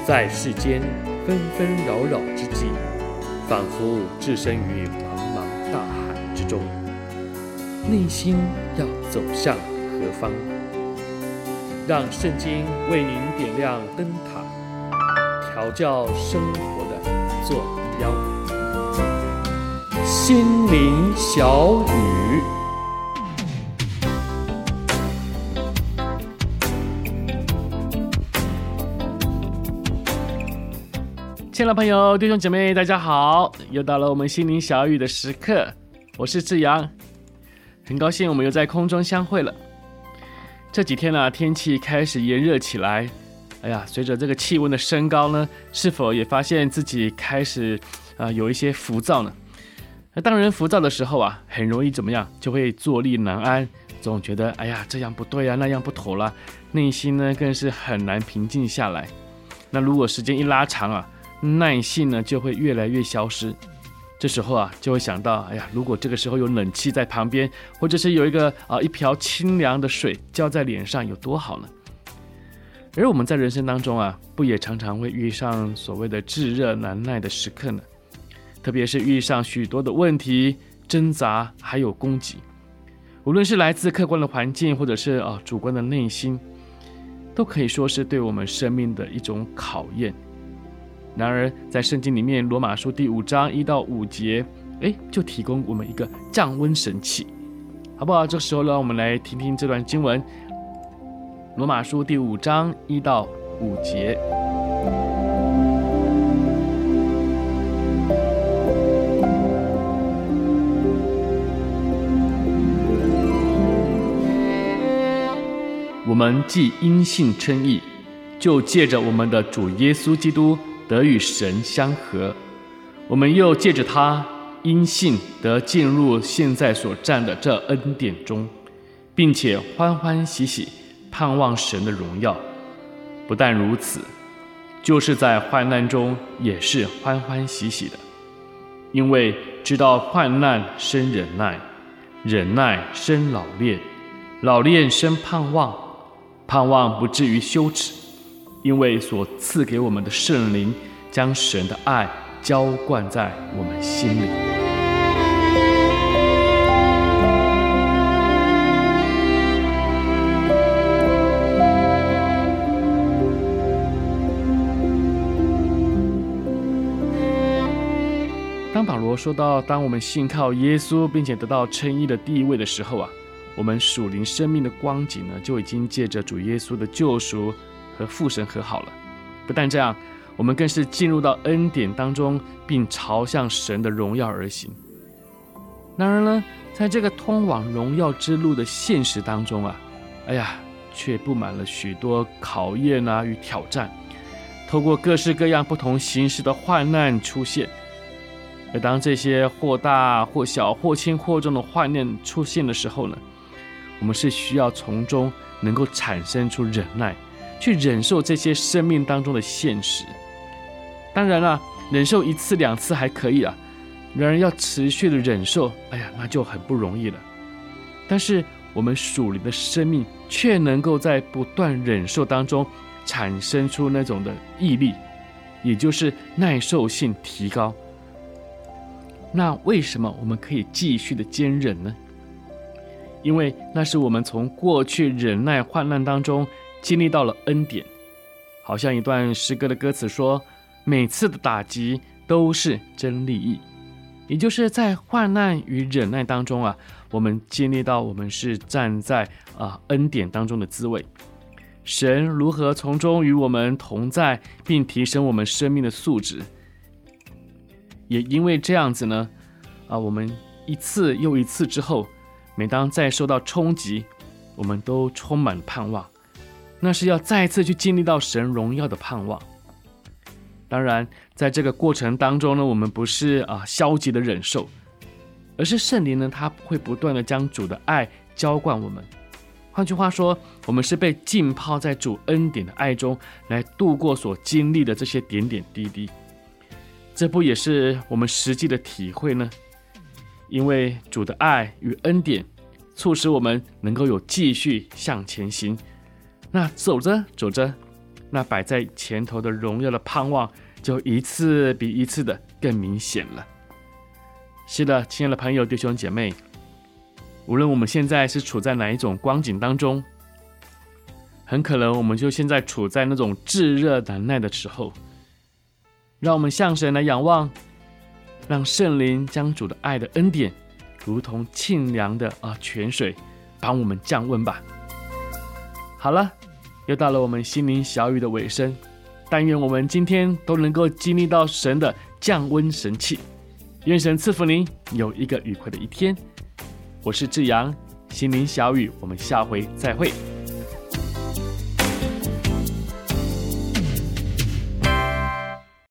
在世间纷纷扰扰之际，仿佛置身于茫茫大海之中，内心要走向何方？让圣经为您点亮灯塔，调教生活的坐标。心灵小语，亲爱的朋友、弟兄姐妹，大家好！又到了我们心灵小语的时刻，我是志阳，很高兴我们又在空中相会了。这几天呢，天气开始炎热起来，随着这个气温的升高呢，是否也发现自己开始有一些浮躁呢？当人浮躁的时候啊，很容易怎么样，就会坐立难安，总觉得这样不对啊，那样不妥啦，内心呢更是很难平静下来。那如果时间一拉长啊，耐性呢就会越来越消失。这时候啊，就会想到，如果这个时候有冷气在旁边，或者是有一瓢清凉的水浇在脸上，有多好呢？而我们在人生当中啊，不也常常会遇上所谓的炙热难耐的时刻呢？特别是遇上许多的问题、挣扎，还有攻击，无论是来自客观的环境，或者是主观的内心，都可以说是对我们生命的一种考验。然而在圣经里面，罗马书第5章1到5节，就提供我们一个降温神器，好不好？这时候让我们来听听这段经文，罗马书第5章1到5节。我们既因信称义，就借着我们的主耶稣基督得与神相合，我们又借着他因信得进入现在所占的这恩典中，并且欢欢喜喜盼望神的荣耀。不但如此，就是在患难中也是欢欢喜喜的，因为知道患难生忍耐，忍耐生老练，老练生盼望，盼望不至于羞耻，因为所赐给我们的圣灵将神的爱浇灌在我们心里。当保罗说到，当我们信靠耶稣并且得到称义的地位的时候啊，我们属灵生命的光景呢，就已经借着主耶稣的救赎和父神和好了。不但这样，我们更是进入到恩典当中，并朝向神的荣耀而行。然而呢，在这个通往荣耀之路的现实当中啊，却布满了许多考验与挑战，透过各式各样不同形式的患难出现。而当这些或大或小、或轻或重的患难出现的时候呢，我们是需要从中能够产生出忍耐，去忍受这些生命当中的现实。当然啦，忍受1次2次还可以啊，然而要持续的忍受，那就很不容易了。但是我们属灵的生命却能够在不断忍受当中产生出那种的毅力，也就是耐受性提高。那为什么我们可以继续的坚忍呢？因为那是我们从过去忍耐患难当中经历到了恩典。好像一段诗歌的歌词说，每次的打击都是真利益，也就是在患难与忍耐当中啊，我们经历到我们是站在恩典当中的滋味，神如何从中与我们同在，并提升我们生命的素质。也因为这样子呢，我们一次又一次之后，每当再受到冲击，我们都充满盼望，那是要再次去经历到神荣耀的盼望。当然在这个过程当中呢，我们不是消极的忍受，而是圣灵呢，他会不断的将主的爱浇灌我们。换句话说，我们是被浸泡在主恩典的爱中，来度过所经历的这些点点滴滴。这不也是我们实际的体会呢？因为主的爱与恩典促使我们能够有继续向前行。那走着走着， 那摆在前头的荣耀的盼望就一次比一次的更明显了。是的，亲爱的朋友弟兄姐妹，无论我们现在是处在哪一种光景当中，很可能我们就现在处在那种炙热难耐的时候，让我们向神来仰望，让圣灵将主的爱的恩典如同沁凉的泉水帮我们降温吧。好了，又到了我们心灵小语的尾声，但愿我们今天都能够经历到神的降温神器。愿神赐福您有一个愉快的一天。我是志阳，心灵小语，我们下回再会。